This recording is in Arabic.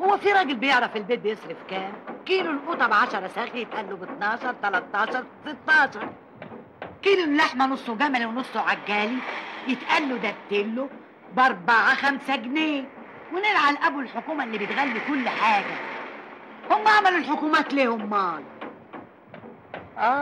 هو في راجل بيعرف البيت بيصرف كام؟ كيلو القوطه ب10 ساخ يتقال له ب12 13 16. كيلو اللحمه نصه جملي ونصه عجالي يتقال له ده بتله ب4 5 جنيه. ونلعن ابو الحكومه اللي بتغلي كل حاجه. هم عملوا الحكومات ليه امال؟